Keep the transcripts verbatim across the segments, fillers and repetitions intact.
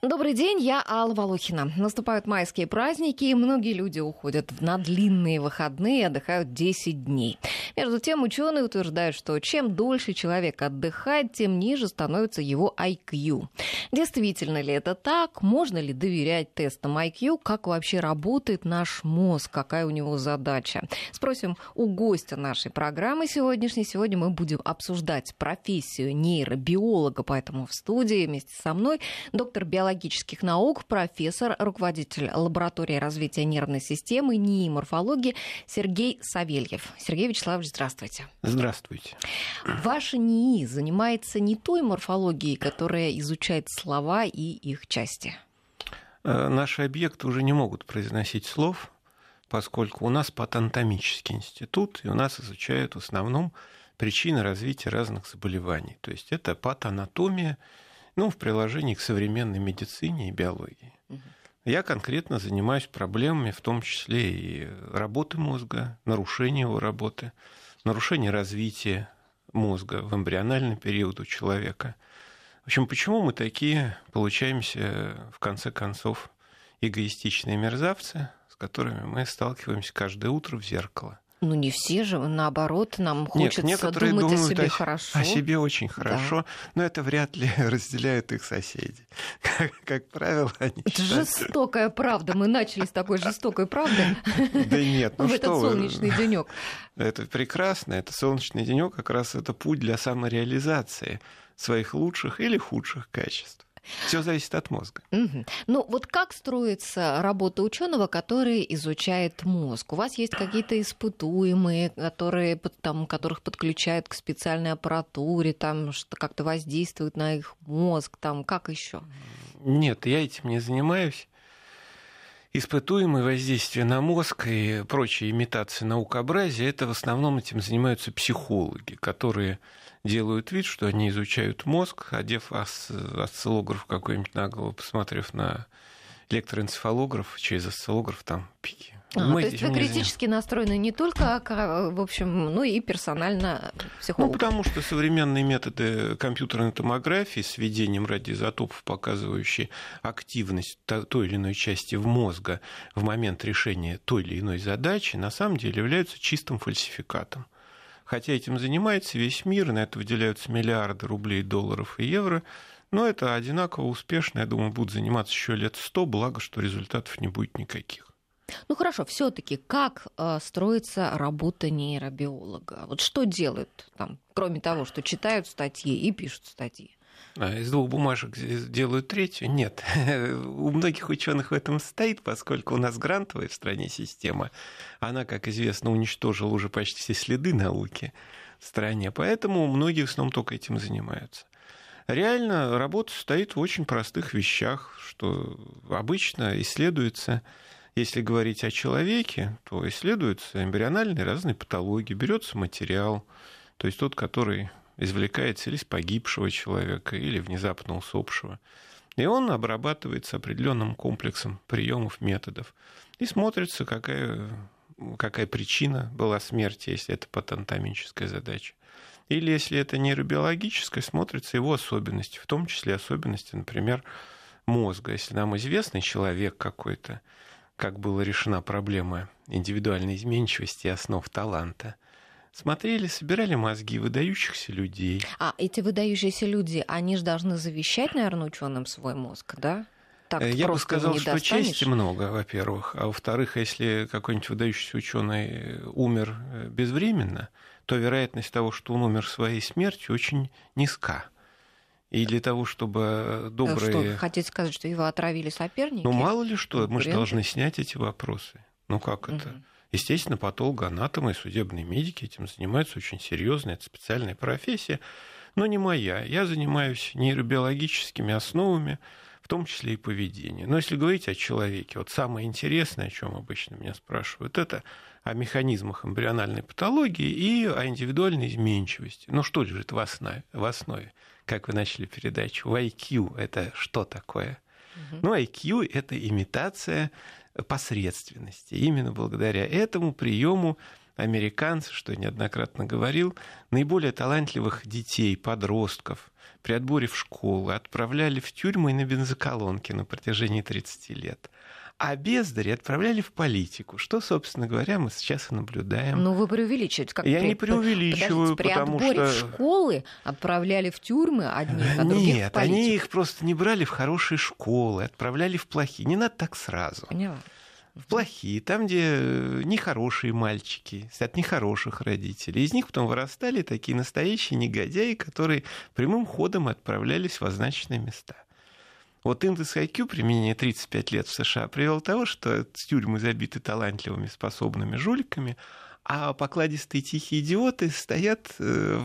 Добрый день, я Алла Волохина. Наступают майские праздники, и многие люди уходят на длинные выходные и отдыхают десять дней. Между тем, ученые утверждают, что чем дольше человек отдыхает, тем ниже становится его ай кью. Действительно ли это так? Можно ли доверять тестам ай кью? Как вообще работает наш мозг? Какая у него задача? Спросим у гостя нашей программы сегодняшней. Сегодня мы будем обсуждать профессию нейробиолога, поэтому в студии вместе со мной доктор биологии биологических наук, профессор, руководитель лаборатории развития нервной системы, НИИ морфологии Сергей Савельев. Сергей Вячеславович, здравствуйте. Здравствуйте. Ваша НИИ занимается не той морфологией, которая изучает слова и их части. Наши объекты уже не могут произносить слов, поскольку у нас патоанатомический институт, и у нас изучают в основном причины развития разных заболеваний. То есть это патоанатомия, ну, в приложении к современной медицине и биологии. Угу. Я конкретно занимаюсь проблемами, в том числе и работы мозга, нарушения его работы, нарушения развития мозга в эмбриональный период у человека. В общем, почему мы такие получаемся, в конце концов, эгоистичные мерзавцы, с которыми мы сталкиваемся каждое утро в зеркало? Ну, не все же, наоборот, нам хочется Нет, думать думают о себе о, хорошо. О себе очень хорошо, да. Но это вряд ли разделяют их соседи. Как, как правило, они Это считают... жестокая правда. Мы начали с такой жестокой правды. Да нет, ну в что этот солнечный вы... денек. Это прекрасно. Это солнечный денек, как раз это путь для самореализации своих лучших или худших качеств. Все зависит от мозга. Угу. Ну, вот как строится работа ученого, который изучает мозг? У вас есть какие-то испытуемые, которые, там, которых подключают к специальной аппаратуре, там, что как-то воздействует на их мозг, там, как еще? Нет, я этим не занимаюсь. Испытуемые воздействия на мозг и прочие имитации наукообразия, это в основном этим занимаются психологи, которые делают вид, что они изучают мозг, одев осциллограф какой-нибудь на голову, посмотрев на электроэнцефалограф, через осциллограф там пики. А, то есть вы критически настроены не только, в общем, но и персонально психолог. Ну, потому что современные методы компьютерной томографии с введением радиоизотопов, показывающие активность той или иной части в мозга в момент решения той или иной задачи, на самом деле являются чистым фальсификатом. Хотя этим занимается весь мир, на это выделяются миллиарды рублей, долларов и евро, но это одинаково успешно, я думаю, будут заниматься еще лет сто, благо, что результатов не будет никаких. Ну хорошо, все-таки как э, строится работа нейробиолога? Вот что делают там, кроме того, что читают статьи и пишут статьи? А из двух бумажек делают третью? Нет. У многих ученых в этом стоит, поскольку у нас грантовая в стране система. Она, как известно, уничтожила уже почти все следы науки в стране, поэтому многие в основном только этим занимаются. Реально работа состоит в очень простых вещах, что обычно исследуется, если говорить о человеке, то исследуются эмбриональные разные патологии, берется материал, то есть тот, который извлекается или из погибшего человека, или внезапно усопшего. И он обрабатывается определенным комплексом приемов, методов. И смотрится, какая, какая причина была смерти, если это патоанатомическая задача. Или если это нейробиологическая, смотрятся его особенности, в том числе особенности, например, мозга. Если нам известный человек какой-то, как была решена проблема индивидуальной изменчивости и основ таланта, смотрели, собирали мозги выдающихся людей. А эти выдающиеся люди, они же должны завещать, наверное, ученым свой мозг, да? Так Я бы сказал, что достанешь. чести много, во-первых. А во-вторых, если какой-нибудь выдающийся ученый умер безвременно, то вероятность того, что он умер своей смертью, очень низка. И для того, чтобы добрые... Что, хотите сказать, что его отравили соперники? Ну, мало ли что, мы же должны снять эти вопросы. Ну, как это? Угу. Естественно, патологоанатомы и судебные медики этим занимаются очень серьезно, это специальная профессия, но не моя. Я занимаюсь нейробиологическими основами, в том числе и поведением. Но если говорить о человеке, вот самое интересное, о чем обычно меня спрашивают, это о механизмах эмбриональной патологии и о индивидуальной изменчивости. Ну, что лежит в основе, в основе, как вы начали передачу? В ай кью это что такое? Угу. Ну, ай кью это имитация посредственности. Именно благодаря этому приему американцы, что я неоднократно говорил, наиболее талантливых детей, подростков, при отборе в школы отправляли в тюрьмы и на бензоколонки на протяжении тридцати лет. А бездари отправляли в политику, что, собственно говоря, мы сейчас и наблюдаем. Ну, вы преувеличиваете. Как Я при... не преувеличиваю, Подождите, потому при отборе что... в школы отправляли в тюрьмы одних, а других Нет, в политику. они их просто не брали в хорошие школы, отправляли в плохие. Не надо так сразу. Поняла. В плохие, там, где нехорошие мальчики, от нехороших родителей. Из них потом вырастали такие настоящие негодяи, которые прямым ходом отправлялись в означенные места. Вот индекс ай кью применение тридцать пять лет в США привел к тому, что тюрьмы забиты талантливыми, способными жуликами, а покладистые тихие идиоты стоят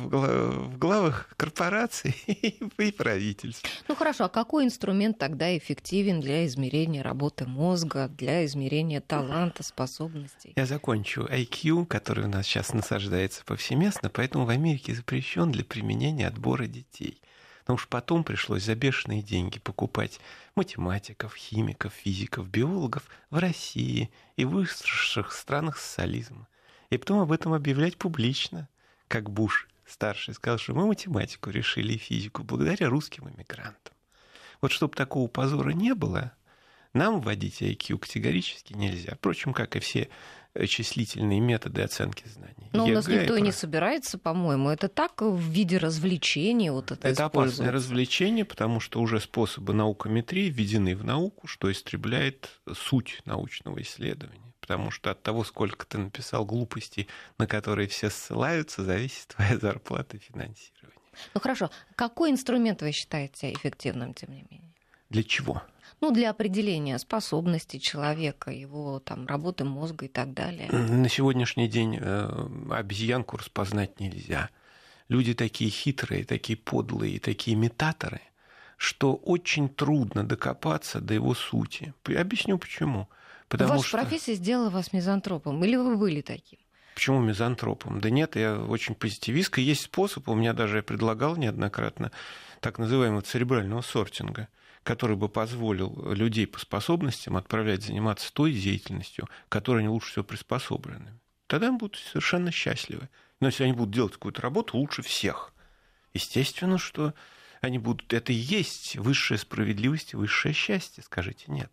в главах корпораций и правительств. Ну хорошо, а какой инструмент тогда эффективен для измерения работы мозга, для измерения таланта, способностей? Я закончу. ай кью, который у нас сейчас насаждается повсеместно, поэтому в Америке запрещен для применения отбора детей. Потому что потом пришлось за бешеные деньги покупать математиков, химиков, физиков, биологов в России и в высших странах социализма. И потом об этом объявлять публично, как Буш старший сказал, что мы математику решили и физику благодаря русским иммигрантам. Вот чтобы такого позора не было, нам вводить ай кью категорически нельзя. Впрочем, как и все числительные методы оценки знаний. Но у нас никто и про... не собирается, по-моему. Это так в виде развлечения вот это Это опасное развлечение, потому что уже способы наукометрии введены в науку, что истребляет суть научного исследования. Потому что от того, сколько ты написал глупостей, на которые все ссылаются, зависит твоя зарплата и финансирование. Ну хорошо. Какой инструмент вы считаете эффективным, тем не менее? Для чего? Ну, для определения способностей человека, его там, работы мозга и так далее. На сегодняшний день обезьянку распознать нельзя. Люди такие хитрые, такие подлые, такие имитаторы, что очень трудно докопаться до его сути. Объясню почему. Потому Ваша что... профессия сделала вас мизантропом, или вы были таким? Почему мизантропом? Да нет, я очень позитивистка. Есть способ, у меня даже я предлагал неоднократно, так называемого церебрального сортинга, который бы позволил людей по способностям отправлять заниматься той деятельностью, которой они лучше всего приспособлены. Тогда они будут совершенно счастливы. Но если они будут делать какую-то работу лучше всех, естественно, что они будут... Это и есть высшая справедливость и высшее счастье, скажите нет.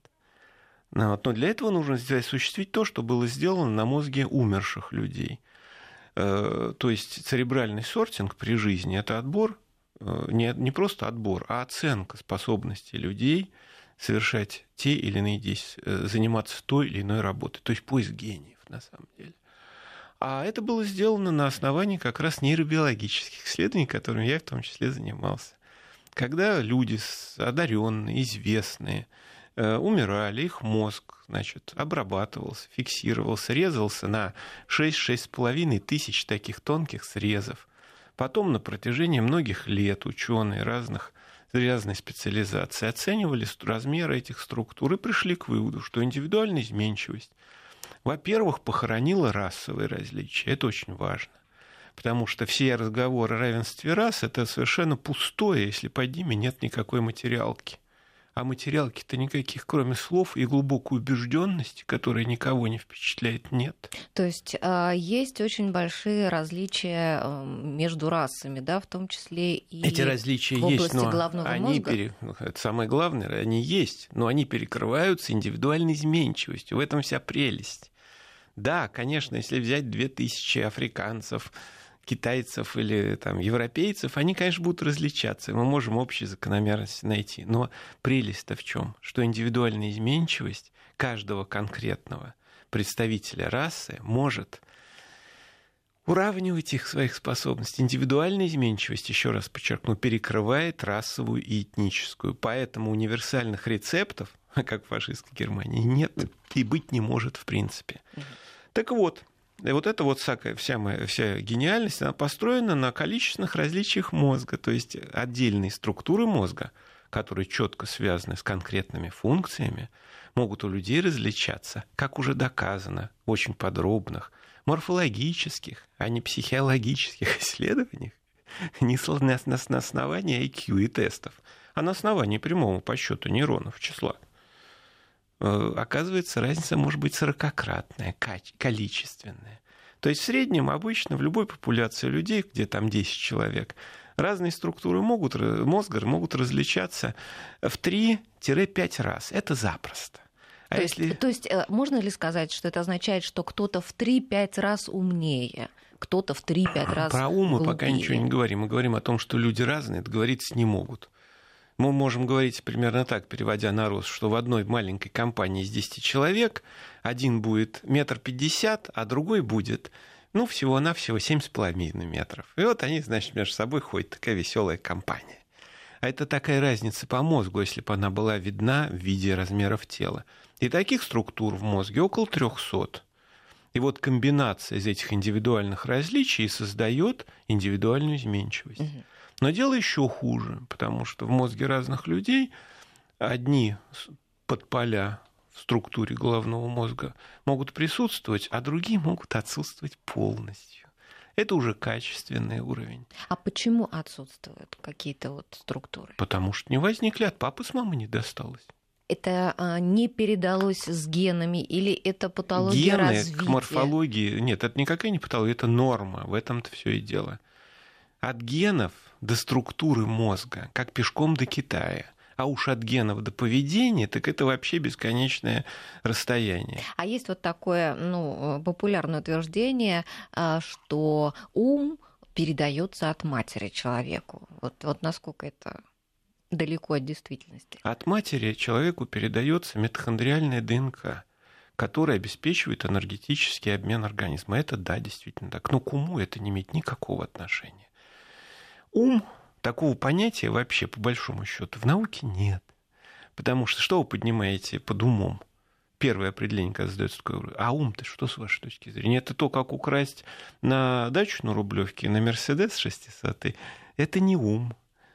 Но для этого нужно осуществить то, что было сделано на мозге умерших людей. То есть церебральный сортинг при жизни – это отбор, не, не просто отбор, а оценка способностей людей совершать те или иные действия, заниматься той или иной работой, то есть поиск гениев на самом деле. А это было сделано на основании как раз нейробиологических исследований, которыми я в том числе занимался. Когда люди одаренные, известные, умирали, их мозг, значит, обрабатывался, фиксировался, резался на шесть-шесть с половиной тысяч таких тонких срезов. Потом на протяжении многих лет ученые разных разной специализации оценивали размеры этих структур и пришли к выводу, что индивидуальная изменчивость, во-первых, похоронила расовые различия. Это очень важно. Потому что все разговоры о равенстве рас – это совершенно пустое, если под ними нет никакой материалки. А материалки-то никаких, кроме слов и глубокой убежденности, которая никого не впечатляет, нет. То есть есть очень большие различия между расами, да, в том числе и Эти различия в области есть, но головного они мозга? Пере... Это самое главное, они есть, но они перекрываются индивидуальной изменчивостью. В этом вся прелесть. Да, конечно, если взять две тысячи африканцев, китайцев или там, европейцев, они, конечно, будут различаться. Мы можем общие закономерности найти. Но прелесть-то в чем? Что индивидуальная изменчивость каждого конкретного представителя расы может уравнивать их своих способностей. Индивидуальная изменчивость, еще раз подчеркну, перекрывает расовую и этническую. Поэтому универсальных рецептов, как в фашистской Германии, нет и быть не может в принципе. Так вот, и вот эта вот вся, моя, вся гениальность, она построена на количественных различиях мозга, то есть отдельные структуры мозга, которые четко связаны с конкретными функциями, могут у людей различаться, как уже доказано, в очень подробных, морфологических, а не психологических исследованиях, не на основании ай кью и тестов, а на основании прямого подсчета нейронов числа. Оказывается, разница может быть сорокакратная, количественная. То есть в среднем обычно в любой популяции людей, где там десять человек, разные структуры могут, мозга могут различаться в три-пять раз. Это запросто. А то, если... есть, то есть можно ли сказать, что это означает, что кто-то в три-пять раз умнее, кто-то в три-пять раз Про ум мы глупее? пока ничего не говорим. Мы говорим о том, что люди разные, договориться не могут. Мы можем говорить примерно так, переводя на рост, что в одной маленькой компании из десяти человек один будет метр пятьдесят, а другой будет, ну, всего-навсего семь с половиной метров. И вот они, значит, между собой ходят, такая веселая компания. А это такая разница по мозгу, если бы она была видна в виде размеров тела. И таких структур в мозге около трехсот. И вот комбинация из этих индивидуальных различий создает индивидуальную изменчивость. Угу. Но дело еще хуже, потому что в мозге разных людей одни подполя в структуре головного мозга могут присутствовать, а другие могут отсутствовать полностью. Это уже качественный уровень. А почему отсутствуют какие-то вот структуры? Потому что не возникли, от папы с мамой не досталось. Это а, не передалось с генами или это патология Гены развития? К морфологии... Нет, это никакая не патология, это норма. В этом-то все и дело. От генов до структуры мозга, как пешком до Китая. А уж от генов до поведения, так это вообще бесконечное расстояние. А есть вот такое, ну, популярное утверждение, что ум передается от матери человеку. Вот, вот насколько это далеко от действительности? От матери человеку передается митохондриальная ДНК, которая обеспечивает энергетический обмен организма. Это да, действительно так. Но к уму это не имеет никакого отношения. Ум, такого понятия вообще, по большому счету, в науке нет. Потому что что вы поднимаете под умом? Первое определение, когда задается такое, а ум-то что с вашей точки зрения? Это то, как украсть на дачу на Рублевке, на Мерседес шестисотый. Это не ум,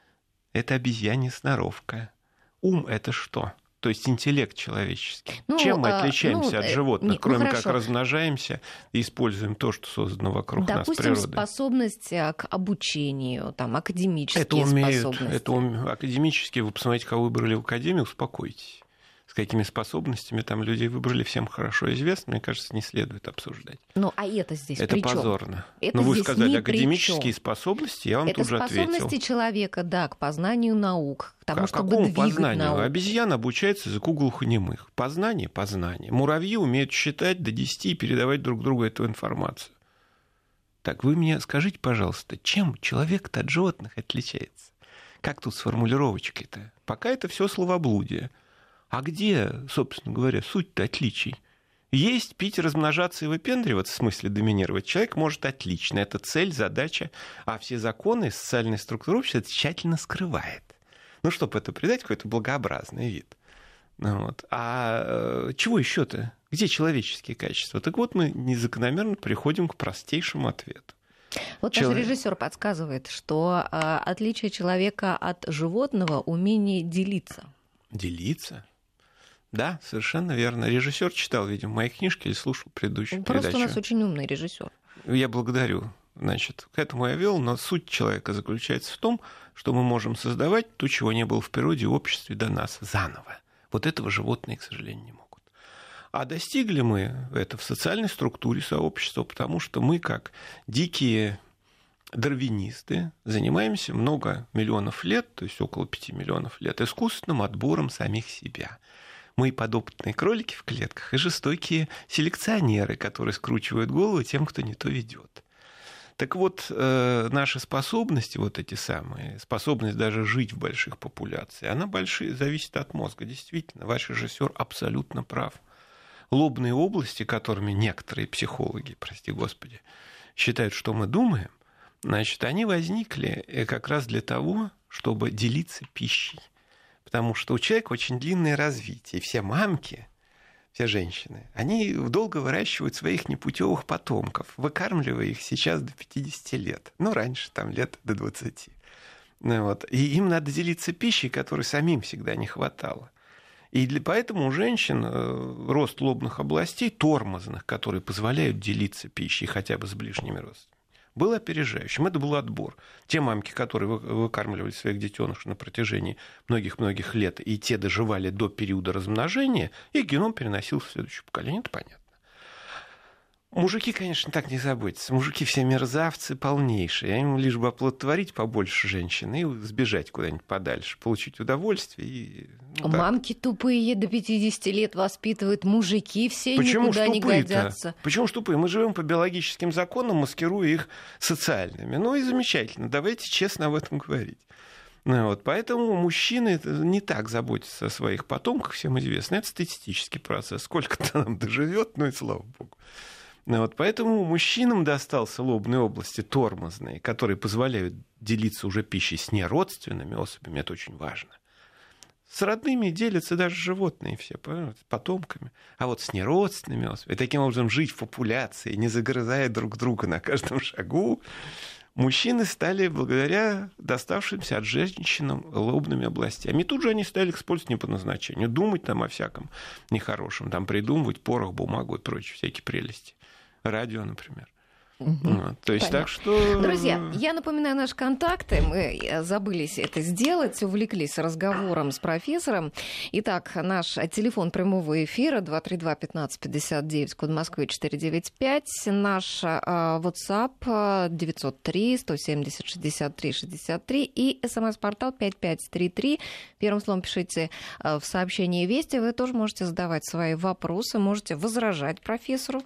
это обезьянья сноровка. Ум – это что? То есть интеллект человеческий. Ну, Чем мы отличаемся ну, от животных, не, кроме ну, как размножаемся и используем то, что создано вокруг Допустим, нас природой? Допустим, способность к обучению, там, академические это умеют, способности. Это ум... Академические, вы посмотрите, кого выбрали в академию, успокойтесь. С какими способностями там людей выбрали, всем хорошо известно, мне кажется, не следует обсуждать. Ну, а это здесь Это при чём? позорно. Это Но вы сказали, причём. академические способности, я вам это тут же ответил. Это способности человека, да, к познанию наук, к тому, к чтобы какому двигать познанию? науку. Обезьяна обучается языку глухонемых. Познание – познание. Муравьи умеют считать до десяти и передавать друг другу эту информацию. Так, вы мне скажите, пожалуйста, чем человек-то от животных отличается? Как тут с формулировочкой-то? Пока это все словоблудие. А где, собственно говоря, суть-то отличий? Есть, пить, размножаться и выпендриваться, в смысле доминировать, человек может отлично. Это цель, задача, а все законы, социальная структура общества тщательно скрывает. Ну, чтобы это придать какой-то благообразный вид. Вот. А э, чего еще-то? Где человеческие качества? Так вот, мы незакономерно приходим к простейшему ответу. Вот Человек... наш режиссер подсказывает, что э, отличие человека от животного – умение делиться. Делиться? Да, совершенно верно. Режиссер читал, видимо, мои книжки или слушал предыдущую Просто передачу. у нас очень умный режиссер. Я благодарю. Значит, к этому я вел, но суть человека заключается в том, что мы можем создавать то, чего не было в природе и обществе до нас, заново. Вот этого животные, к сожалению, не могут. А достигли мы это в социальной структуре сообщества, потому что мы, как дикие дарвинисты, занимаемся много миллионов лет, то есть около пяти миллионов лет, искусственным отбором самих себя. Мы и подопытные кролики в клетках, и жестокие селекционеры, которые скручивают голову тем, кто не то ведет. Так вот, э, наши способности, вот эти самые, способность даже жить в больших популяциях, она большая, зависит от мозга. Действительно, ваш режиссер абсолютно прав. Лобные области, которыми некоторые психологи, прости господи, считают, что мы думаем, значит, они возникли как раз для того, чтобы делиться пищей. Потому что у человека очень длинное развитие. И все мамки, все женщины, они долго выращивают своих непутевых потомков, выкармливая их сейчас до пятидесяти лет. Ну, раньше там лет до двадцати. Ну, вот. И им надо делиться пищей, которой самим всегда не хватало. И для, поэтому у женщин э, рост лобных областей, тормозных, которые позволяют делиться пищей хотя бы с ближними родственниками, был опережающим. Это был отбор. Те мамки, которые выкармливали своих детенышей на протяжении многих-многих лет, и те доживали до периода размножения, их геном переносился в следующее поколение. Это понятно. Мужики, конечно, так не заботятся. Мужики все мерзавцы полнейшие. Им лишь бы оплодотворить побольше женщин и сбежать куда-нибудь подальше, получить удовольствие. И, ну, мамки тупые до пятидесяти лет воспитывают, мужики все Почему никуда не годятся. Почему ж тупые? Мы живем по биологическим законам, маскируя их социальными. Ну и замечательно. Давайте честно об этом говорить. Ну, вот, поэтому мужчины не так заботятся о своих потомках, всем известно. Это статистический процесс. Сколько-то нам доживет, ну и слава богу. Ну, вот, поэтому мужчинам достался лобные области тормозные, которые позволяют делиться уже пищей с неродственными особями. Это очень важно. С родными делятся даже животные все, с потомками. А вот с неродственными особями, таким образом жить в популяции, не загрызая друг друга на каждом шагу, мужчины стали, благодаря доставшимся от женщинам лобными областями. И тут же они стали их использовать не по назначению. Думать там о всяком нехорошем, там придумывать порох, бумагу и прочие всякие прелести. Радио, например. Угу. Вот, то есть, так что... Друзья, я напоминаю наши контакты. Мы забылись это сделать, увлеклись разговором с профессором. Итак, наш телефон прямого эфира два три два пятнадцать пятьдесят девять, код Москвы четыреста девяносто пять. Наш uh, WhatsApp девятьсот три сто семьдесят шестьдесят три шестьдесят три и смс-портал пять пять три три. Первым словом пишите uh, в сообщении «Вести». Вы тоже можете задавать свои вопросы, можете возражать профессору.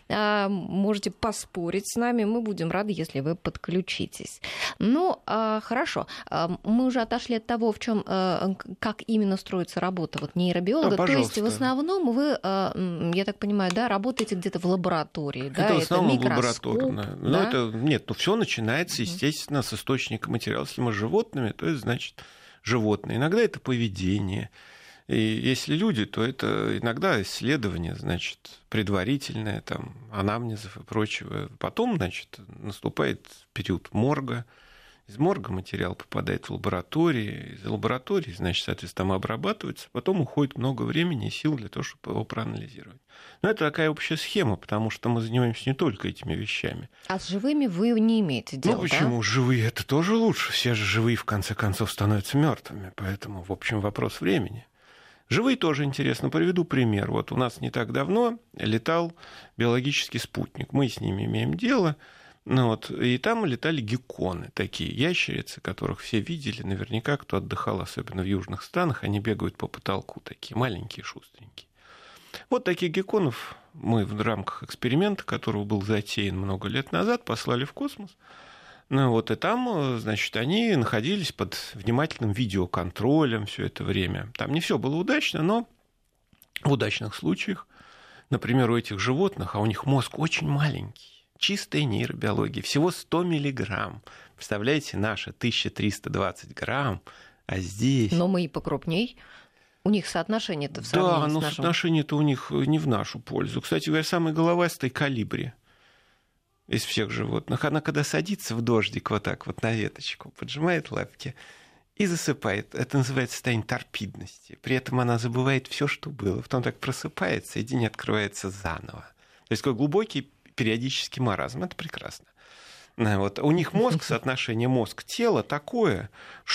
Можете поспорить с нами, мы будем рады, если вы подключитесь. Ну, хорошо, мы уже отошли от того, в чем, как именно строится работа вот нейробиолога. Да, то есть в основном вы, я так понимаю, да, работаете где-то в лаборатории, это да, в основном это лабораторно. Да? Это, нет, ну все начинается, естественно, с источника материала. Если мы с животными, то это значит животные. Иногда это поведение. И если люди, то это иногда исследование, значит, предварительное, там, анамнезов и прочего. Потом, значит, наступает период морга. Из морга материал попадает в лабораторию. Из лаборатории, значит, соответственно, там обрабатывается. Потом уходит много времени и сил для того, чтобы его проанализировать. Но это такая общая схема, потому что мы занимаемся не только этими вещами. А с живыми вы не имеете дела, Ну, почему? Да? Живые это тоже лучше. Все же живые, в конце концов, становятся мертвыми. Поэтому, в общем, вопрос времени. Живые тоже интересно. Приведу пример. Вот у нас не так давно летал биологический спутник. Мы с ними имеем дело. Ну, вот, и там летали гекконы, такие ящерицы, которых все видели. Наверняка, кто отдыхал, особенно в южных странах, они бегают по потолку, такие маленькие, шустренькие. Вот таких гекконов мы в рамках эксперимента, который был затеян много лет назад, послали в космос. Ну вот, и там, значит, они находились под внимательным видеоконтролем все это время. Там не все было удачно, но в удачных случаях, например, у этих животных, а у них мозг очень маленький, чистая нейробиология, всего сто миллиграмм. Представляете, наша тысяча триста двадцать грамм, а здесь... Но мы и покрупней. У них соотношение-то в сравнении да, с но нашим... соотношение-то у них не в нашу пользу. Кстати говоря, самый головастый колибри из всех животных. Она, когда садится в дождик вот так вот на веточку, поджимает лапки и засыпает. Это называется состояние торпидности. При этом она забывает все, что было. Потом так просыпается, и день открывается заново. То есть такой глубокий периодический маразм. Это прекрасно. Вот. У них мозг, соотношение мозг-тело такое,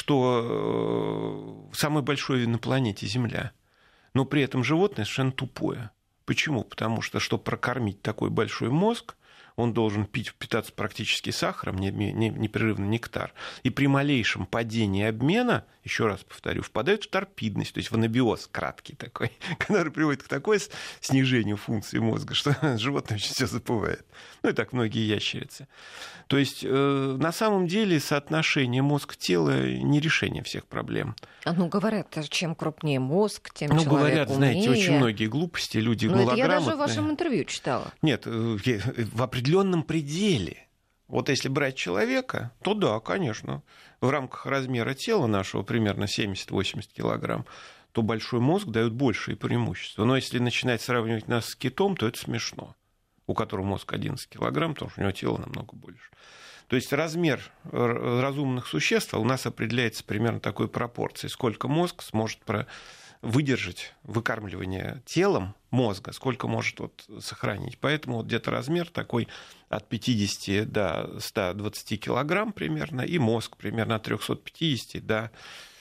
что самое большое на планете Земля. Но при этом животное совершенно тупое. Почему? Потому что, чтобы прокормить такой большой мозг, он должен пить, питаться практически сахаром, непрерывно нектар. И при малейшем падении обмена, еще раз повторю, впадает в торпидность, то есть в анабиоз краткий такой, который приводит к такой снижению функции мозга, что животное все забывает. Ну и так многие ящерицы. То есть на самом деле соотношение мозг-тело не решение всех проблем. А ну говорят, чем крупнее мозг, тем ну, человек говорят, умнее. Знаете, очень многие глупости, люди Но малограмотные. Это я даже в вашем интервью читала. Нет, в определенном пределе. Вот если брать человека, то да, конечно, в рамках размера тела нашего примерно семьдесят-восемьдесят килограмм, то большой мозг дает большие преимущества. Но если начинать сравнивать нас с китом, то это смешно, у которого мозг одиннадцать килограмм, потому что у него тело намного больше. То есть размер разумных существ у нас определяется примерно такой пропорцией, сколько мозг сможет выдержать выкармливание телом мозга, сколько может вот сохранить. Поэтому вот где-то размер такой от пятидесяти до ста двадцати килограмм примерно, и мозг примерно от трёхсот пятидесяти до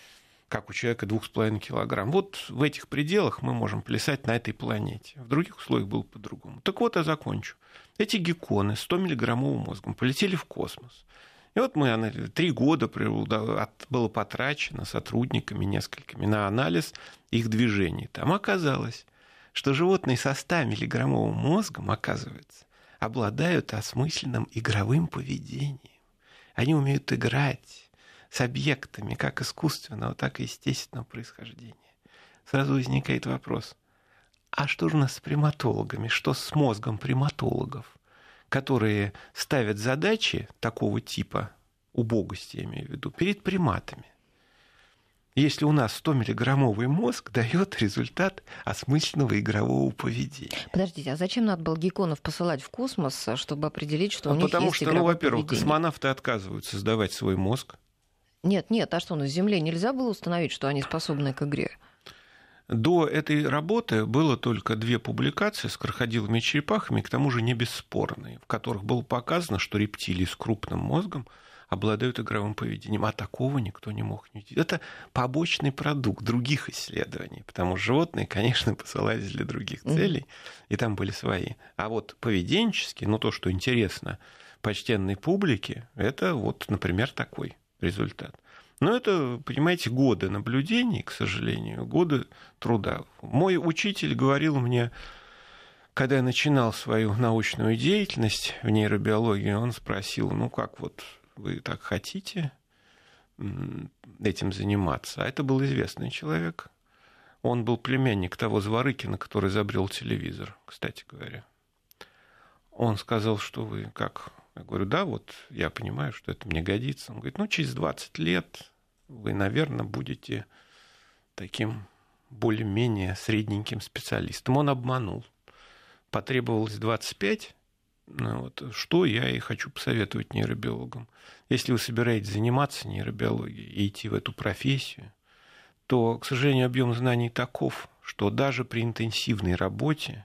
как у человека два с половиной килограмма. Вот в этих пределах мы можем плясать на этой планете. В других условиях было по-другому. Так вот, я закончу. Эти гекконы с сто-миллиграммовым мозгом полетели в космос. И вот мы три года было потрачено сотрудниками несколькими на анализ их движений. Там оказалось, что животные со ста-миллиграммовым мозгом, оказывается, обладают осмысленным игровым поведением. Они умеют играть с объектами как искусственного, так и естественного происхождения. Сразу возникает вопрос, а что же у нас с приматологами, что с мозгом приматологов, которые ставят задачи такого типа, убогости, я имею в виду, перед приматами? Если у нас сто-миллиграммовый мозг дает результат осмысленного игрового поведения. Подождите, а зачем надо было гекконов посылать в космос, чтобы определить, что а у них потому есть что, игровое ну, во-первых, поведение? космонавты отказываются сдавать свой мозг. Нет, нет, а что, на Земле нельзя было установить, что они способны к игре? До этой работы было только две публикации с крокодилами и черепахами, к тому же не бесспорные, в которых было показано, что рептилии с крупным мозгом обладают игровым поведением, а такого никто не мог не видеть. Это побочный продукт других исследований, потому что животные, конечно, посылались для других целей, mm-hmm. и там были свои. А вот поведенчески, ну то, что интересно почтенной публике, это вот, например, такой результат. Но это, понимаете, годы наблюдений, к сожалению, годы труда. Мой учитель говорил мне, когда я начинал свою научную деятельность в нейробиологии, он спросил, ну как вот вы так хотите этим заниматься? А это был известный человек. Он был племянник того Зворыкина, который изобрел телевизор, кстати говоря. Он сказал, что вы как... Я говорю, да, вот я понимаю, что это мне годится. Он говорит, ну, через двадцать лет вы, наверное, будете таким более-менее средненьким специалистом. Он обманул. Потребовалось двадцать пять. Ну, вот, что я и хочу посоветовать нейробиологам. Если вы собираетесь заниматься нейробиологией и идти в эту профессию, то, к сожалению, объем знаний таков, что даже при интенсивной работе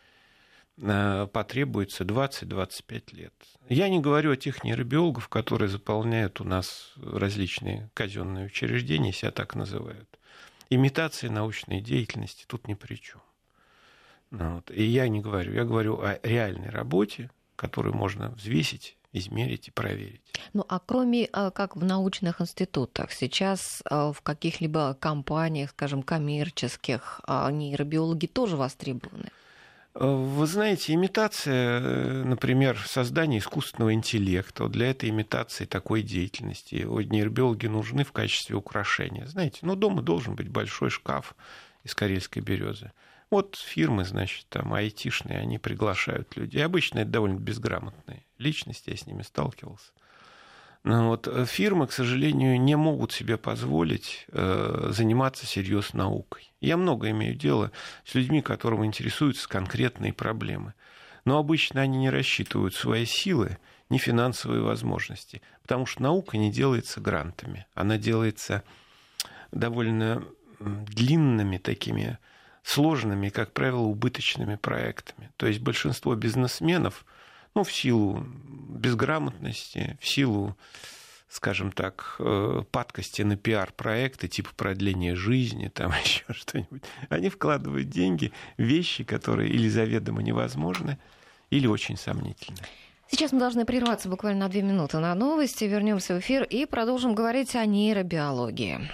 потребуется двадцать-двадцать пять лет. Я не говорю о тех нейробиологов, которые заполняют у нас различные казенные учреждения, себя так называют. Имитация научной деятельности тут ни при чем. Вот. И я не говорю, я говорю о реальной работе, которую можно взвесить, измерить и проверить. Ну, а кроме, как в научных институтах, сейчас в каких-либо компаниях, скажем, коммерческих, нейробиологи тоже востребованы? Вы знаете, имитация, например, создания искусственного интеллекта, для этой имитации такой деятельности нейробиологи нужны в качестве украшения. Знаете, ну, дома должен быть большой шкаф из карельской березы. Вот фирмы, значит, там айтишные, они приглашают людей. Обычно это довольно безграмотные личности, я с ними сталкивался. Но вот фирмы, к сожалению, не могут себе позволить э, заниматься серьезной наукой. Я много имею дело с людьми, которым интересуются конкретные проблемы. Но обычно они не рассчитывают свои силы, ни финансовые возможности, потому что наука не делается грантами. Она делается довольно длинными такими сложными, как правило, убыточными проектами. То есть большинство бизнесменов, ну, в силу безграмотности, в силу, скажем так, падкости на пиар-проекты, типа продления жизни, там еще что-нибудь, они вкладывают деньги в вещи, которые или заведомо невозможны, или очень сомнительны. Сейчас мы должны прерваться буквально на две минуты на новости, вернемся в эфир и продолжим говорить о нейробиологии.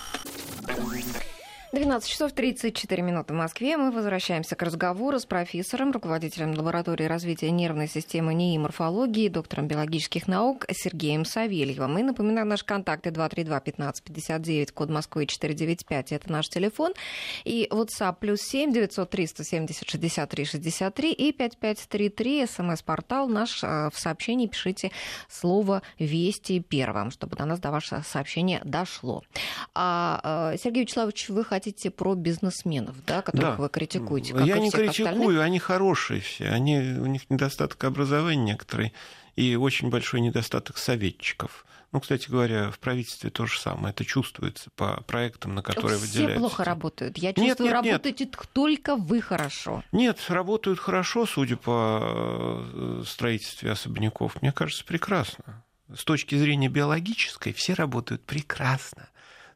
двенадцать часов тридцать четыре минуты в Москве. Мы возвращаемся к разговору с профессором, руководителем лаборатории развития нервной системы НИИ и морфологии, доктором биологических наук Сергеем Савельевым. И напоминаю, наши контакты два три два пятнадцать пятьдесят девять, код Москвы четыре девять пять, это наш телефон. И WhatsApp плюс семь девятьсот три сто семьдесят шестьдесят три шестьдесят три и пять пять три три, смс-портал наш. В сообщении пишите слово «Вести» первым, чтобы до нас до вашего сообщения дошло. А, Сергей Вячеславович, вы хотите про бизнесменов, да, которых да. вы критикуете, как Я и не всех критикую, остальных? Они хорошие все. Они, у них недостаток образования некоторый и очень большой недостаток советчиков. Ну, кстати говоря, в правительстве то же самое. Это чувствуется по проектам, на которые все выделяются. Все плохо работают. Я чувствую, нет, нет, работаете нет. только вы хорошо. Нет, работают хорошо, судя по строительству особняков. Мне кажется, прекрасно. С точки зрения биологической все работают прекрасно.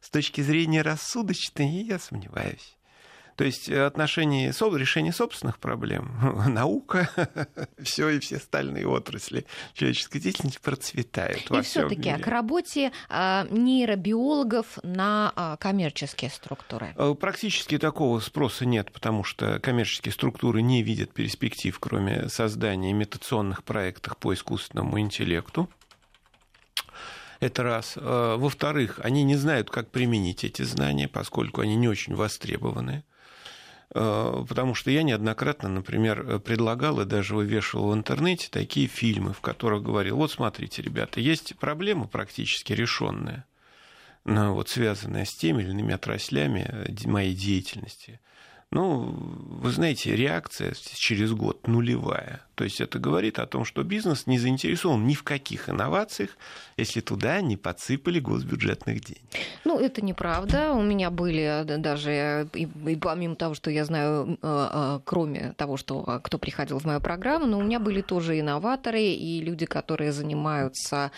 С точки зрения рассудочной, я сомневаюсь. То есть отношение, решение собственных проблем, наука, все и все остальные отрасли человеческой деятельности процветают. И все-таки а к работе а, нейробиологов на а, коммерческие структуры? Практически такого спроса нет, потому что коммерческие структуры не видят перспектив, кроме создания имитационных проектов по искусственному интеллекту. Это раз. Во-вторых, они не знают, как применить эти знания, поскольку они не очень востребованы. Потому что я неоднократно, например, предлагал и даже вывешивал в интернете такие фильмы, в которых говорил: вот смотрите, ребята, есть проблема практически решенная, вот, связанная с теми или иными отраслями моей деятельности. Ну, вы знаете, реакция через год нулевая. То есть это говорит о том, что бизнес не заинтересован ни в каких инновациях, если туда не подсыпали госбюджетных денег. Ну, это неправда. У меня были даже, и, и помимо того, что я знаю, кроме того, что кто приходил в мою программу, но у меня были тоже инноваторы и люди, которые занимаются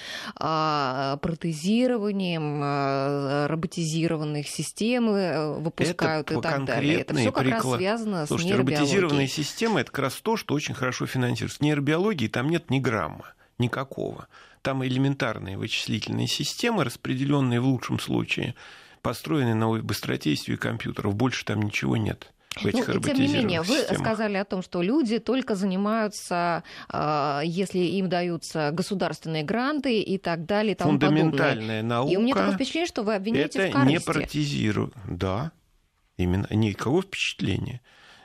протезированием, роботизированных систем, выпускают это и так далее. Это все как раз связано Слушайте, с нейробиологией. Роботизированные системы — это как раз то, что очень хорошо финансируется. В нейробиологии там нет ни грамма, никакого. Там элементарные вычислительные системы, распределенные в лучшем случае, построенные на быстродействии компьютеров. Больше там ничего нет. В этих ну, тем не менее, вы системах. сказали о том, что люди только занимаются, если им даются государственные гранты и так далее, и тому фундаментальная подобное. Наука. И у меня такое впечатление, что вы обвиняете это в корысти. Не протезирует. Да, именно. Никакого впечатления.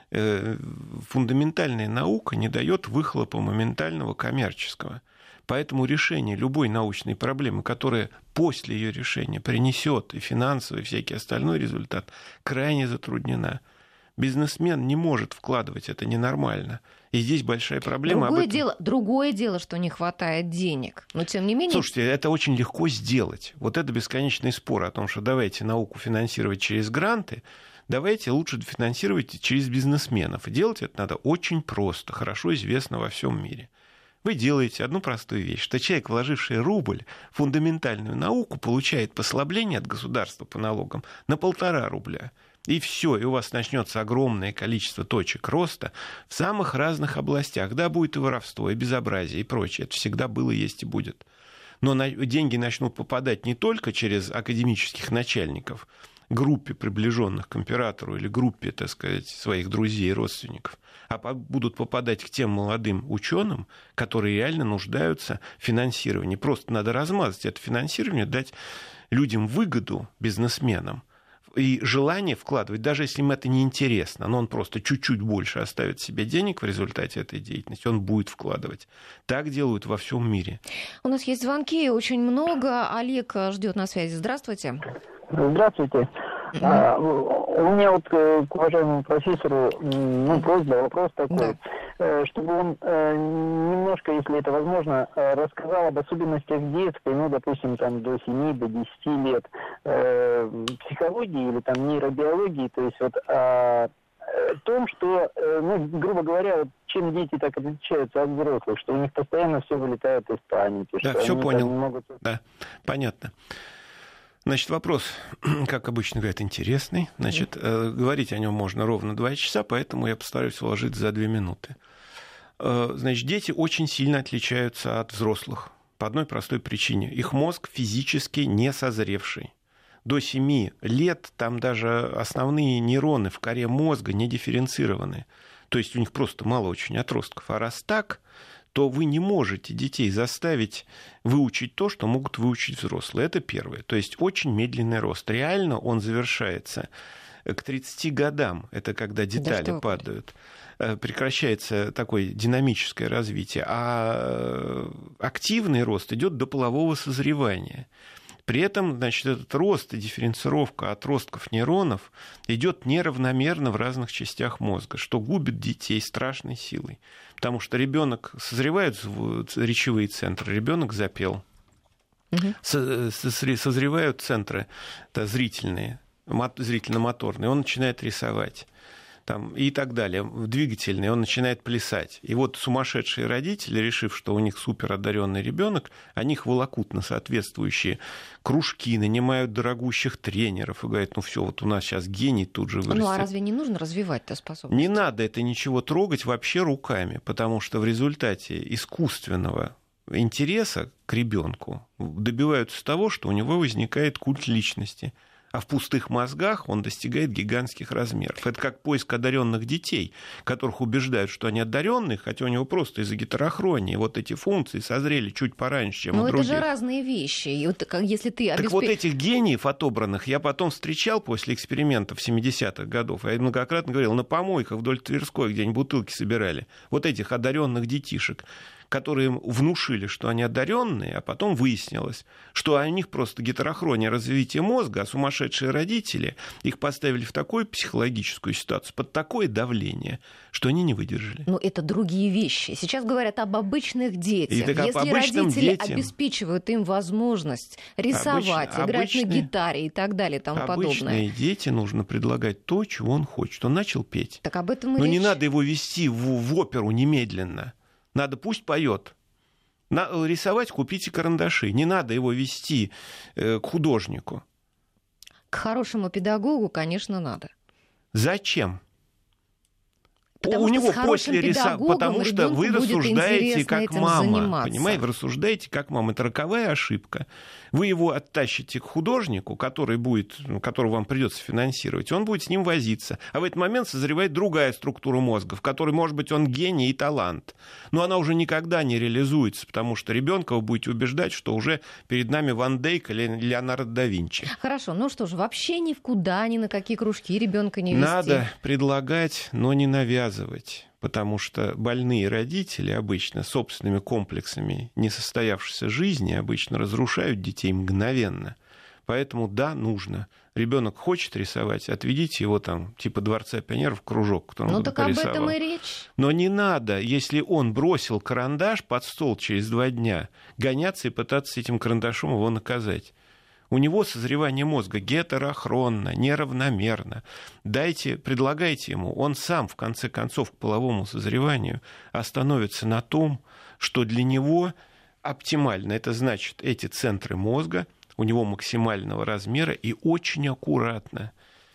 Фундаментальная наука не дает выхлопа моментального коммерческого. Поэтому решение любой научной проблемы, которая после ее решения принесет и финансовый, и всякий остальной результат, крайне затруднена. Бизнесмен не может вкладывать, это ненормально. И здесь большая проблема. Другое, об этом... дело, другое дело, что не хватает денег. Но тем не менее... Слушайте, это очень легко сделать. Вот это бесконечный спор о том, что давайте науку финансировать через гранты, давайте лучше финансировать через бизнесменов. И делать это надо очень просто, хорошо известно во всем мире. Вы делаете одну простую вещь, что человек, вложивший рубль в фундаментальную науку, получает послабление от государства по налогам на полтора рубля. И все, и у вас начнется огромное количество точек роста в самых разных областях. Да, будет и воровство, и безобразие, и прочее. Это всегда было, есть и будет. Но деньги начнут попадать не только через академических начальников, группе, приближенных к императору, или группе, так сказать, своих друзей и родственников, а будут попадать к тем молодым ученым, которые реально нуждаются в финансировании. Просто надо размазать это финансирование, дать людям выгоду, бизнесменам, и желание вкладывать, даже если им это не интересно, но он просто чуть-чуть больше оставит себе денег в результате этой деятельности, он будет вкладывать. Так делают во всем мире. У нас есть звонки, очень много. Олег ждет на связи. Здравствуйте. Здравствуйте. Mm-hmm. А, у меня вот к уважаемому профессору ну, просьба, вопрос такой, да. чтобы он немножко, если это возможно, рассказал об особенностях детской, ну, допустим, там до семи, до десяти лет психологии или там нейробиологии, то есть вот о том, что, ну, грубо говоря, вот, чем дети так отличаются от взрослых, что у них постоянно все вылетает из памяти. Да, что все они понял. Могут... Да, понятно. Значит, вопрос, как обычно говорят, интересный. Значит, mm-hmm. говорить о нем можно ровно два часа, поэтому я постараюсь уложить за две минуты. Значит, дети очень сильно отличаются от взрослых по одной простой причине. Их мозг физически не созревший. До семи лет там даже основные нейроны в коре мозга не дифференцированы. То есть у них просто мало очень отростков. А раз так, то вы не можете детей заставить выучить то, что могут выучить взрослые. Это первое. То есть очень медленный рост. Реально он завершается к тридцати годам. Это когда детали да падают. Прекращается такое динамическое развитие. А активный рост идет до полового созревания. При этом, значит, этот рост и дифференцировка отростков нейронов идет неравномерно в разных частях мозга, что губит детей страшной силой. Потому что ребенок созревает речевые центры, ребенок запел. Угу. Созревают центры это зрительные, зрительно-моторные, он начинает рисовать. там, и так далее, двигательный, он начинает плясать. И вот сумасшедшие родители, решив, что у них суперодаренный ребенок, они их волокут на соответствующие кружки, нанимают дорогущих тренеров и говорят, ну все, вот у нас сейчас гений тут же вырастет. Ну а разве не нужно развивать-то способность? Не надо это ничего трогать вообще руками, потому что в результате искусственного интереса к ребенку добиваются того, что у него возникает культ личности. А в пустых мозгах он достигает гигантских размеров. Это как поиск одаренных детей, которых убеждают, что они одаренные, хотя у него просто из-за гетерохронии вот эти функции созрели чуть пораньше, чем Но у это других. же разные вещи. И вот, если ты обеспеч... Так вот этих гениев отобранных я потом встречал после экспериментов семидесятых годов. Я многократно говорил, на помойках вдоль Тверской, где они бутылки собирали, вот этих одаренных детишек, которые им внушили, что они одаренные, а потом выяснилось, что у них просто гетерохрония развития мозга, а сумасшедшие родители их поставили в такую психологическую ситуацию, под такое давление, что они не выдержали. Но это другие вещи. Сейчас говорят об обычных детях. И так, Если родители детям обеспечивают им возможность рисовать, Обычно, играть обычные, на гитаре и так далее и тому обычные подобное. Обычные дети нужно предлагать то, чего он хочет. Он начал петь. Так об этом и Но речь. не надо его вести в, в оперу немедленно. Надо, пусть поет. На, рисовать купите карандаши. Не надо его вести э, к художнику. К хорошему педагогу, конечно, надо. Зачем? Потому у что него после рисования, потому что вы рассуждаете как мама, заниматься. Понимаете, вы рассуждаете как мама. Это роковая ошибка. Вы его оттащите к художнику, который будет, которого вам придется финансировать, он будет с ним возиться. А в этот момент созревает другая структура мозга, в которой, может быть, он гений и талант. Но она уже никогда не реализуется, потому что ребенка вы будете убеждать, что уже перед нами Ван Дейк или Леонардо да Винчи. Хорошо, ну что ж, вообще ни в куда, ни на какие кружки ребенка не вести. Надо предлагать, но не навязывать. Потому что больные родители обычно собственными комплексами несостоявшейся жизни обычно разрушают детей мгновенно. Поэтому да, нужно. Ребенок хочет рисовать, отведите его там, типа Дворца пионеров, в кружок, который он порисовал. Ну так об этом и речь. Но не надо, если он бросил карандаш под стол через два дня, гоняться и пытаться этим карандашом его наказать. У него созревание мозга гетерохронно, неравномерно. Дайте, предлагайте ему, он сам, в конце концов, к половому созреванию остановится на том, что для него оптимально. Это значит, эти центры мозга у него максимального размера и очень аккуратно.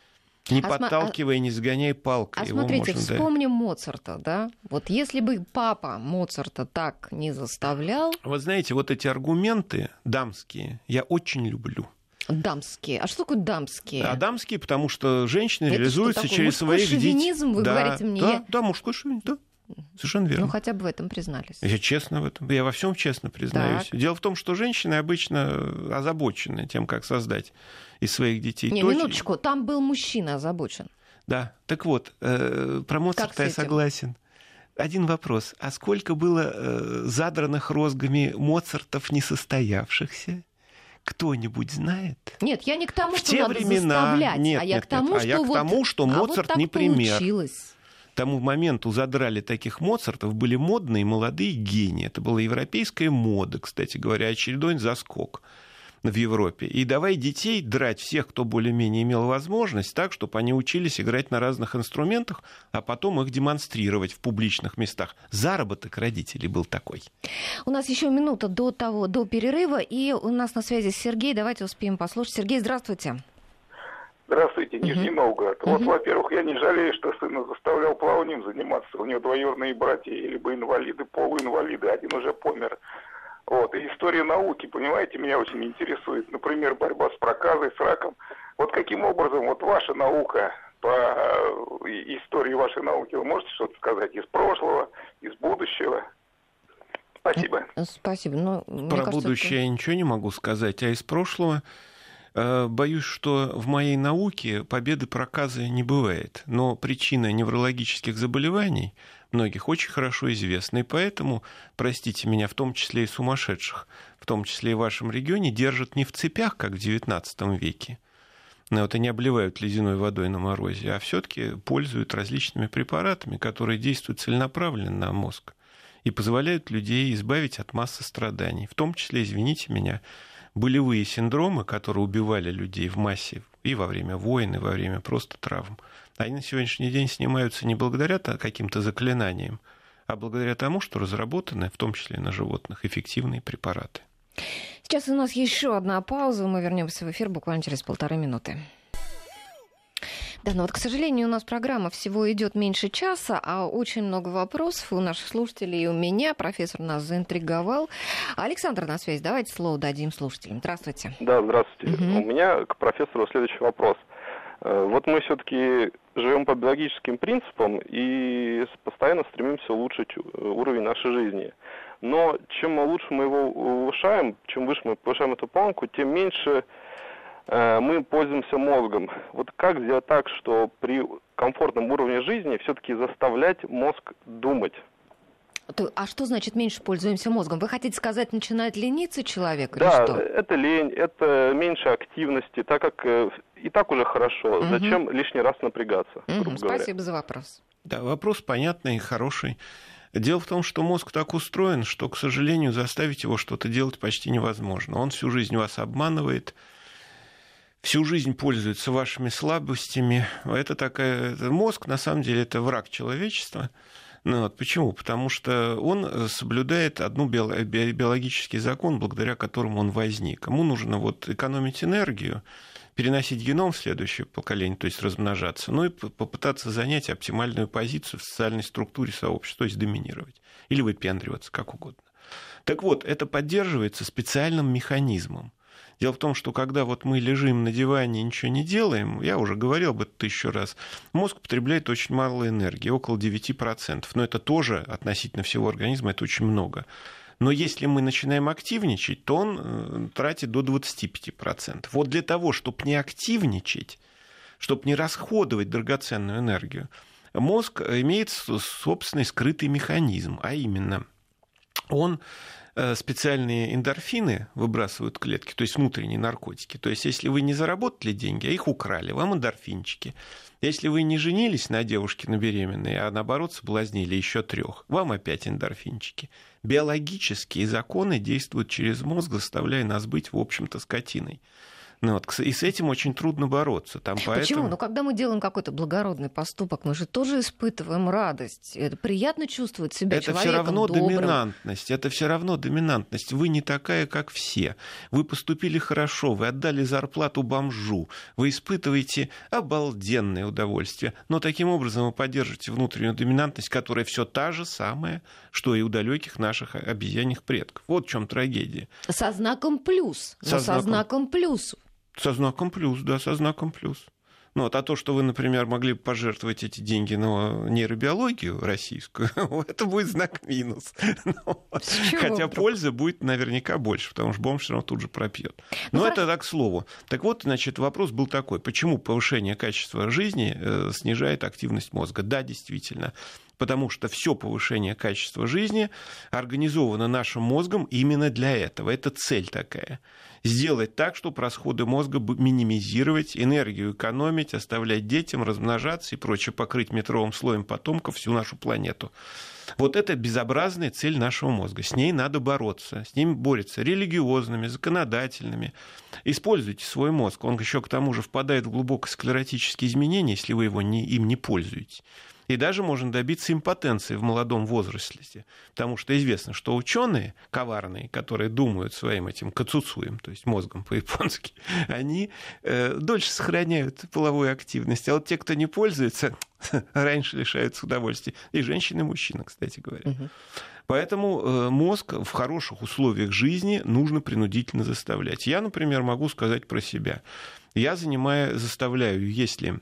Не а подталкивая, не сгоняя палкой. А смотрите, можно, вспомним да... Моцарта, да? Вот если бы папа Моцарта так не заставлял... Вы знаете, вот эти аргументы дамские я очень люблю. Дамские? А что такое дамские? А дамские, потому что женщины это реализуются через своих детей. Мужской шовинизм, вы да, говорите мне? Да, я... да, мужской шовинизм, да. Совершенно верно. Ну, хотя бы в этом признались. Я честно в этом, я во всем честно признаюсь. Так. Дело в том, что женщины обычно озабочены тем, как создать из своих детей. Не, точно... минуточку, там был мужчина озабочен. Да, так вот, э, про Моцарта я согласен. Один вопрос. А сколько было э, задранных розгами Моцартов несостоявшихся? Кто-нибудь знает? Нет, я не к тому, в что те надо времена... заставлять, нет, а я нет, к тому, нет. что, а я вот... к тому, что Моцарт а вот не пример. Получилось. К тому моменту задрали таких Моцартов были модные молодые гении. Это была европейская мода, кстати говоря, очередной заскок в Европе. И давай детей драть всех, кто более-менее имел возможность, так, чтобы они учились играть на разных инструментах, а потом их демонстрировать в публичных местах. Заработок родителей был такой. У нас еще минута до того, до перерыва, и у нас на связи Сергей. Давайте успеем послушать. Сергей, здравствуйте. Здравствуйте, Нижний uh-huh. Новгород. Uh-huh. Вот, во-первых, я не жалею, что сына заставлял плаванием заниматься. У него двоюродные братья, либо инвалиды, полуинвалиды, один уже помер. Вот, и история науки, понимаете, меня очень интересует. Например, борьба с проказой, с раком. Вот каким образом вот ваша наука, по истории вашей науки, вы можете что-то сказать из прошлого, из будущего? Спасибо. Спасибо. Но, Про кажется, будущее это... я ничего не могу сказать, а из прошлого... Боюсь, что в моей науке победы проказа не бывает. Но причина неврологических заболеваний многих очень хорошо известна. И поэтому, простите меня, в том числе и сумасшедших, в том числе и в вашем регионе, держат не в цепях, как в девятнадцатом веке. Но вот они обливают ледяной водой на морозе, а все-таки пользуют различными препаратами, которые действуют целенаправленно на мозг и позволяют людей избавить от массы страданий. В том числе, извините меня, болевые синдромы, которые убивали людей в массе и во время войн, и во время просто травм, они на сегодняшний день снимаются не благодаря каким-то заклинаниям, а благодаря тому, что разработаны, в том числе и на животных, эффективные препараты. Сейчас у нас еще одна пауза. Мы вернемся в эфир буквально через полторы минуты. Да, но вот, к сожалению, у нас программа всего идет меньше часа, а очень много вопросов у наших слушателей и у меня. Профессор нас заинтриговал. Александр на связи. Давайте слово дадим слушателям. Здравствуйте. Да, здравствуйте. Угу. У меня к профессору следующий вопрос. Вот мы все-таки живем по биологическим принципам и постоянно стремимся улучшить уровень нашей жизни. Но чем лучше мы его повышаем, чем выше мы повышаем эту планку, тем меньше мы пользуемся мозгом. Вот как сделать так, что при комфортном уровне жизни все-таки заставлять мозг думать? А что значит меньше пользуемся мозгом? Вы хотите сказать, начинает лениться человек? Да, или что? Это лень, это меньше активности, так как и так уже хорошо. Угу. Зачем лишний раз напрягаться? Угу. Спасибо за вопрос. Да, вопрос понятный и хороший. Дело в том, что мозг так устроен, что, к сожалению, заставить его что-то делать почти невозможно. Он всю жизнь вас обманывает, всю жизнь пользуется вашими слабостями. Это такая... Мозг, на самом деле, это враг человечества. Ну, вот почему? Потому что он соблюдает одну биологический закон, благодаря которому он возник. Ему нужно вот экономить энергию, переносить геном в следующее поколение, то есть размножаться, ну и попытаться занять оптимальную позицию в социальной структуре сообщества, то есть доминировать или выпендриваться, как угодно. Так вот, это поддерживается специальным механизмом. Дело в том, что когда вот мы лежим на диване и ничего не делаем, я уже говорил об этом тысячу раз, мозг потребляет очень мало энергии, около девять процентов. Но это тоже относительно всего организма, это очень много. Но если мы начинаем активничать, то он тратит до двадцать пять процентов. Вот для того, чтобы не активничать, чтобы не расходовать драгоценную энергию, мозг имеет собственный скрытый механизм, а именно он... специальные эндорфины выбрасывают клетки, то есть внутренние наркотики. То есть если вы не заработали деньги, а их украли, вам эндорфинчики. Если вы не женились на девушке, на беременной, а наоборот соблазнили еще трех, вам опять эндорфинчики. Биологические законы действуют через мозг, заставляя нас быть, в общем-то, скотиной. Ну, вот, и с этим очень трудно бороться. Там Почему? поэтому... Ну, когда мы делаем какой-то благородный поступок, мы же тоже испытываем радость. Это приятно чувствовать себя это человеком все равно добрым. доминантность. Это все равно доминантность. Вы не такая, как все. Вы поступили хорошо, вы отдали зарплату бомжу, вы испытываете обалденное удовольствие. Но таким образом вы поддержите внутреннюю доминантность, которая все та же самая, что и у далеких наших обезьяньих предков. Вот в чем трагедия. Со знаком плюс. Со, но знаком... со знаком плюс. Со знаком плюс, да, со знаком плюс. Ну, вот, а то, что вы, например, могли бы пожертвовать эти деньги на нейробиологию российскую, это будет знак минус. Ну, хотя пользы будет наверняка больше, потому что бомж все равно тут же пропьет. Но ну, это так к слову. Так вот, значит, вопрос был такой. Почему повышение качества жизни э, снижает активность мозга? Да, действительно. Потому что все повышение качества жизни организовано нашим мозгом именно для этого. Это цель такая. Сделать так, чтобы расходы мозга минимизировать, энергию экономить, оставлять детям, размножаться и прочее, покрыть метровым слоем потомков всю нашу планету. Вот это безобразная цель нашего мозга. С ней надо бороться. С ним борются религиозными, законодательными. Используйте свой мозг. Он еще к тому же впадает в глубокосклеротические изменения, если вы его не, им не пользуетесь. И даже можно добиться импотенции в молодом возрасте. Потому что известно, что ученые коварные, которые думают своим этим кацуцуем, то есть мозгом по-японски, они э, дольше сохраняют половую активность. А вот те, кто не пользуется, раньше лишаются удовольствия. И женщины, и мужчины, кстати говоря. Угу. Поэтому э, мозг в хороших условиях жизни нужно принудительно заставлять. Я, например, могу сказать про себя. Я занимаю, заставляю, если...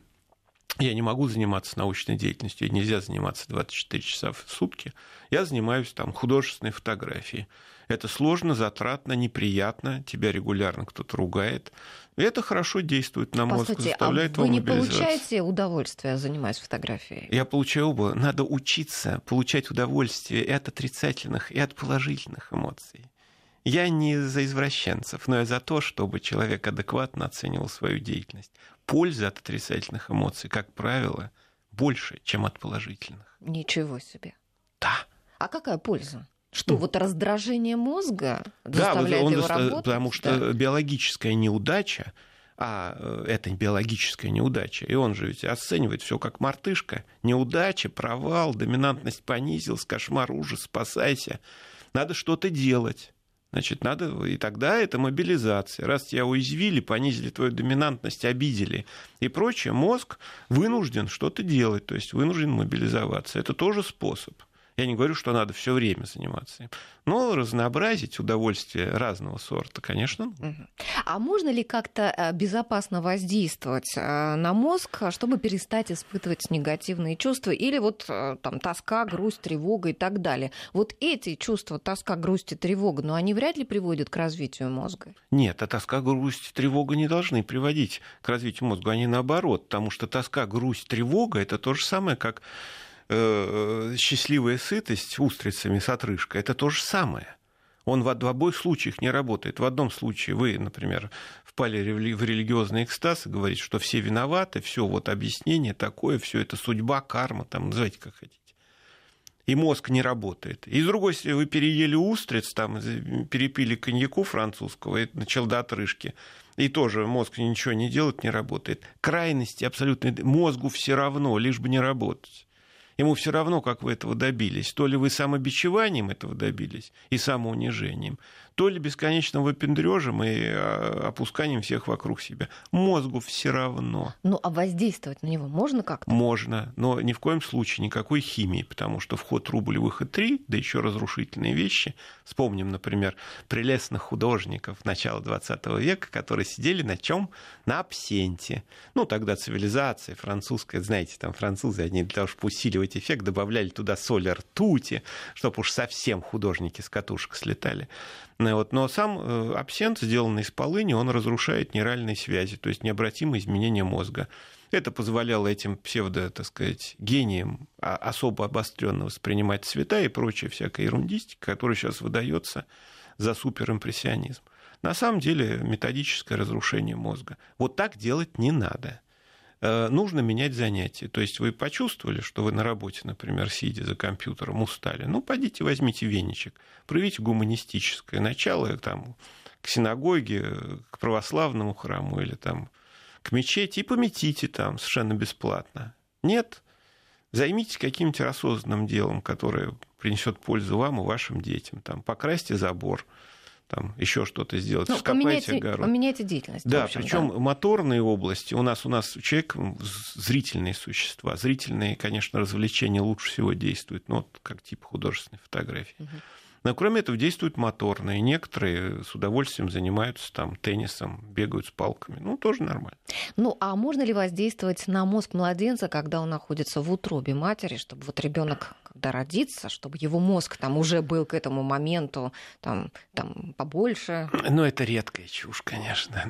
Я не могу заниматься научной деятельностью, нельзя заниматься двадцать четыре часа в сутки. Я занимаюсь там, художественной фотографией. Это сложно, затратно, неприятно, тебя регулярно кто-то ругает. И это хорошо действует на мозг, Постойте, заставляет а его вы не мобилизоваться. получаете удовольствие, занимаясь фотографией? Я получаю оба. Надо учиться получать удовольствие и от отрицательных, и от положительных эмоций. Я не за извращенцев, но я за то, чтобы человек адекватно оценивал свою деятельность. Польза от отрицательных эмоций, как правило, больше, чем от положительных. Ничего себе. Да. А какая польза? Что, mm. вот раздражение мозга заставляет да, он, его он, работать? Потому что да. биологическая неудача, а это биологическая неудача. И он же ведь оценивает все как мартышка. Неудача, провал, доминантность понизилась, кошмар, ужас, спасайся. Надо что-то делать. Значит, надо, и тогда это мобилизация. Раз тебя уязвили, понизили твою доминантность, обидели и прочее, мозг вынужден что-то делать, то есть вынужден мобилизоваться. Это тоже способ. Я не говорю, что надо все время заниматься им. Но разнообразить удовольствие разного сорта, конечно. А можно ли как-то безопасно воздействовать на мозг, чтобы перестать испытывать негативные чувства? Или вот там тоска, грусть, тревога и так далее? Вот эти чувства, тоска, грусть и тревога, но они вряд ли приводят к развитию мозга? Нет, а тоска, грусть, тревога не должны приводить к развитию мозга. Они наоборот, потому что тоска, грусть, тревога – это то же самое, как счастливая сытость устрицами с отрыжкой, это то же самое. Он в обоих случаях не работает. В одном случае вы, например, впали в религиозный экстаз и говорите, что все виноваты, все вот объяснение такое, все это судьба, карма, там, называйте как хотите. И мозг не работает. И с другой стороны, вы переели устриц, там, перепили коньяку французского и начал до отрыжки. И тоже мозг ничего не делает, не работает. Крайности абсолютно. Мозгу все равно, лишь бы не работать. Ему все равно, как вы этого добились. То ли вы самобичеванием этого добились и самоунижением, то ли бесконечным выпендрежем и опусканием всех вокруг себя. Мозгу все равно. Ну, а воздействовать на него можно как-то? Можно, но ни в коем случае никакой химии, потому что вход рубль, выход три, да еще разрушительные вещи. Вспомним, например, прелестных художников начала двадцатого века, которые сидели на чем? На абсенте. Ну, тогда цивилизация французская, знаете, там французы, они для того, чтобы усиливать эффект, добавляли туда соль ртути, чтобы уж совсем художники с катушек слетали. Вот. Но сам абсент, сделанный из полыни, он разрушает нейральные связи, то есть необратимые изменения мозга. Это позволяло этим псевдо, так сказать, гениям особо обостренно воспринимать цвета и прочая всякая ерундистика, которая сейчас выдается за суперимпрессионизм. На самом деле методическое разрушение мозга. Вот так делать не надо. Нужно менять занятия. То есть вы почувствовали, что вы на работе, например, сидя за компьютером, устали. Ну, пойдите, возьмите веничек, проявите гуманистическое начало там, к синагоге, к православному храму или там, к мечети и пометите там совершенно бесплатно. Нет, займитесь каким-то осознанным делом, которое принесет пользу вам и вашим детям. Там, покрасьте забор. Там еще что-то сделать, ну, вскопайте огород. Поменяйте деятельность. Да, общем, причем да. моторные области. У нас, у нас человек зрительные существа. Зрительные, конечно, развлечения лучше всего действуют, ну, вот как тип художественной фотографии. Угу. Но кроме этого действуют моторные. Некоторые с удовольствием занимаются там, теннисом, бегают с палками. Ну, тоже нормально. Ну, а можно ли воздействовать на мозг младенца, когда он находится в утробе матери, чтобы вот ребенок, когда родится, чтобы его мозг там уже был к этому моменту там, там побольше? Ну, это редкая чушь, конечно.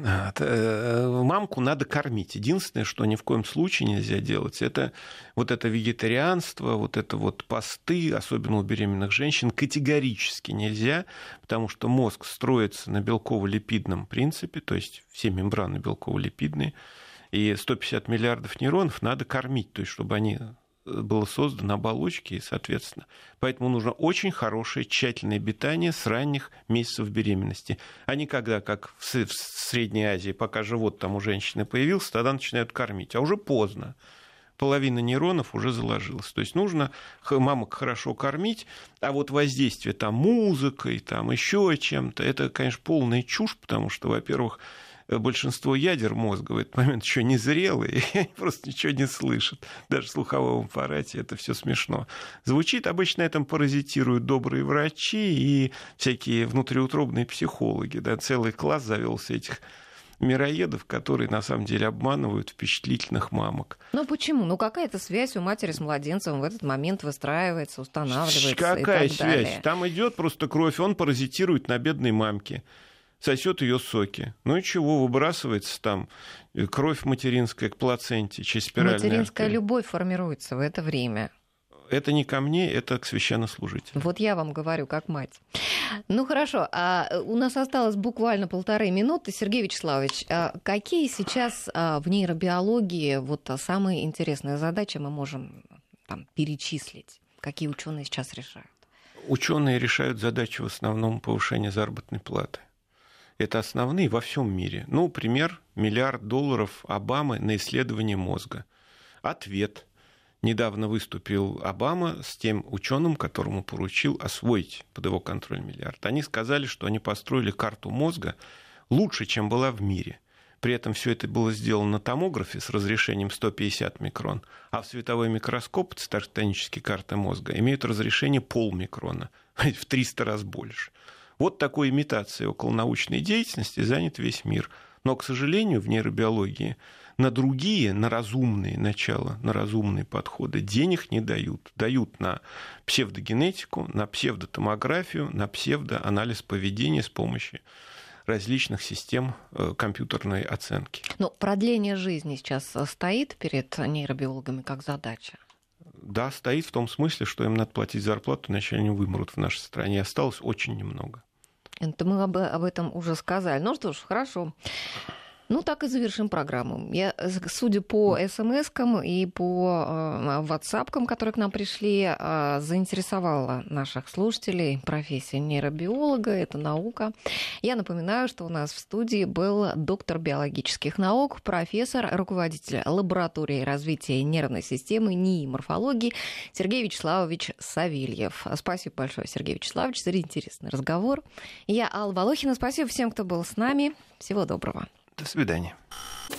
Мамку надо кормить. Единственное, что ни в коем случае нельзя делать, это вот это вегетарианство, вот это вот посты, особенно у беременных женщин, категорически нельзя, потому что мозг строится на белково-липидном принципе, то есть все мембраны белково-липидные, и сто пятьдесят миллиардов нейронов надо кормить, то есть чтобы они было создано оболочки, и, соответственно. Поэтому нужно очень хорошее, тщательное питание с ранних месяцев беременности. А не когда, как в Средней Азии, пока живот там у женщины появился, тогда начинают кормить, а уже поздно. Половина нейронов уже заложилась. То есть нужно мамок хорошо кормить, а вот воздействие там музыкой, там еще чем-то, это, конечно, полная чушь, потому что, во-первых, большинство ядер мозга в этот момент еще не зрелые, и они просто ничего не слышат. Даже в слуховом аппарате это все смешно. Звучит, обычно этом паразитируют добрые врачи и всякие внутриутробные психологи. Да, целый класс завелся этих мироедов, которые на самом деле обманывают впечатлительных мамок. Ну почему? Ну какая-то связь у матери с младенцем в этот момент выстраивается, устанавливается. Какая и так связь? далее. Там идет просто кровь, он паразитирует на бедной мамке, сосет ее соки. Ну и чего, выбрасывается там кровь материнская к плаценте через спиральную Материнская артерию. любовь формируется в это время. Это не ко мне, это к священнослужителю. Вот я вам говорю, как мать. Ну хорошо, а у нас осталось буквально полторы минуты. Сергей Вячеславович, какие сейчас в нейробиологии вот самые интересные задачи мы можем там перечислить? Какие ученые сейчас решают? Ученые решают задачу в основном повышения заработной платы. Это основные во всем мире. Ну, пример, миллиард долларов Обамы на исследование мозга. Ответ. Недавно выступил Обама с тем ученым, которому поручил освоить под его контроль миллиард. Они сказали, что они построили карту мозга лучше, чем была в мире. При этом все это было сделано на томографе с разрешением сто пятьдесят микрон, а в световой микроскоп цитотонические карты мозга имеют разрешение полмикрона, в триста раз больше. Вот такой имитацией околонаучной деятельности занят весь мир. Но, к сожалению, в нейробиологии на другие, на разумные начала, на разумные подходы денег не дают. Дают на псевдогенетику, на псевдотомографию, на псевдоанализ поведения с помощью различных систем компьютерной оценки. Но продление жизни сейчас стоит перед нейробиологами как задача? Да, стоит в том смысле, что им надо платить зарплату, иначе они вымрут в нашей стране. Осталось очень немного. Это мы об, об этом уже сказали. Ну что ж, хорошо. Ну, так и завершим программу. Я, судя по смс-кам и по э, ватсапкам, которые к нам пришли, э, заинтересовала наших слушателей профессия нейробиолога, это наука. Я напоминаю, что у нас в студии был доктор биологических наук, профессор, руководитель лаборатории развития нервной системы НИИ морфологии Сергей Вячеславович Савельев. Спасибо большое, Сергей Вячеславович, за интересный разговор. Я Алла Волохина. Спасибо всем, кто был с нами. Всего доброго. До свидания.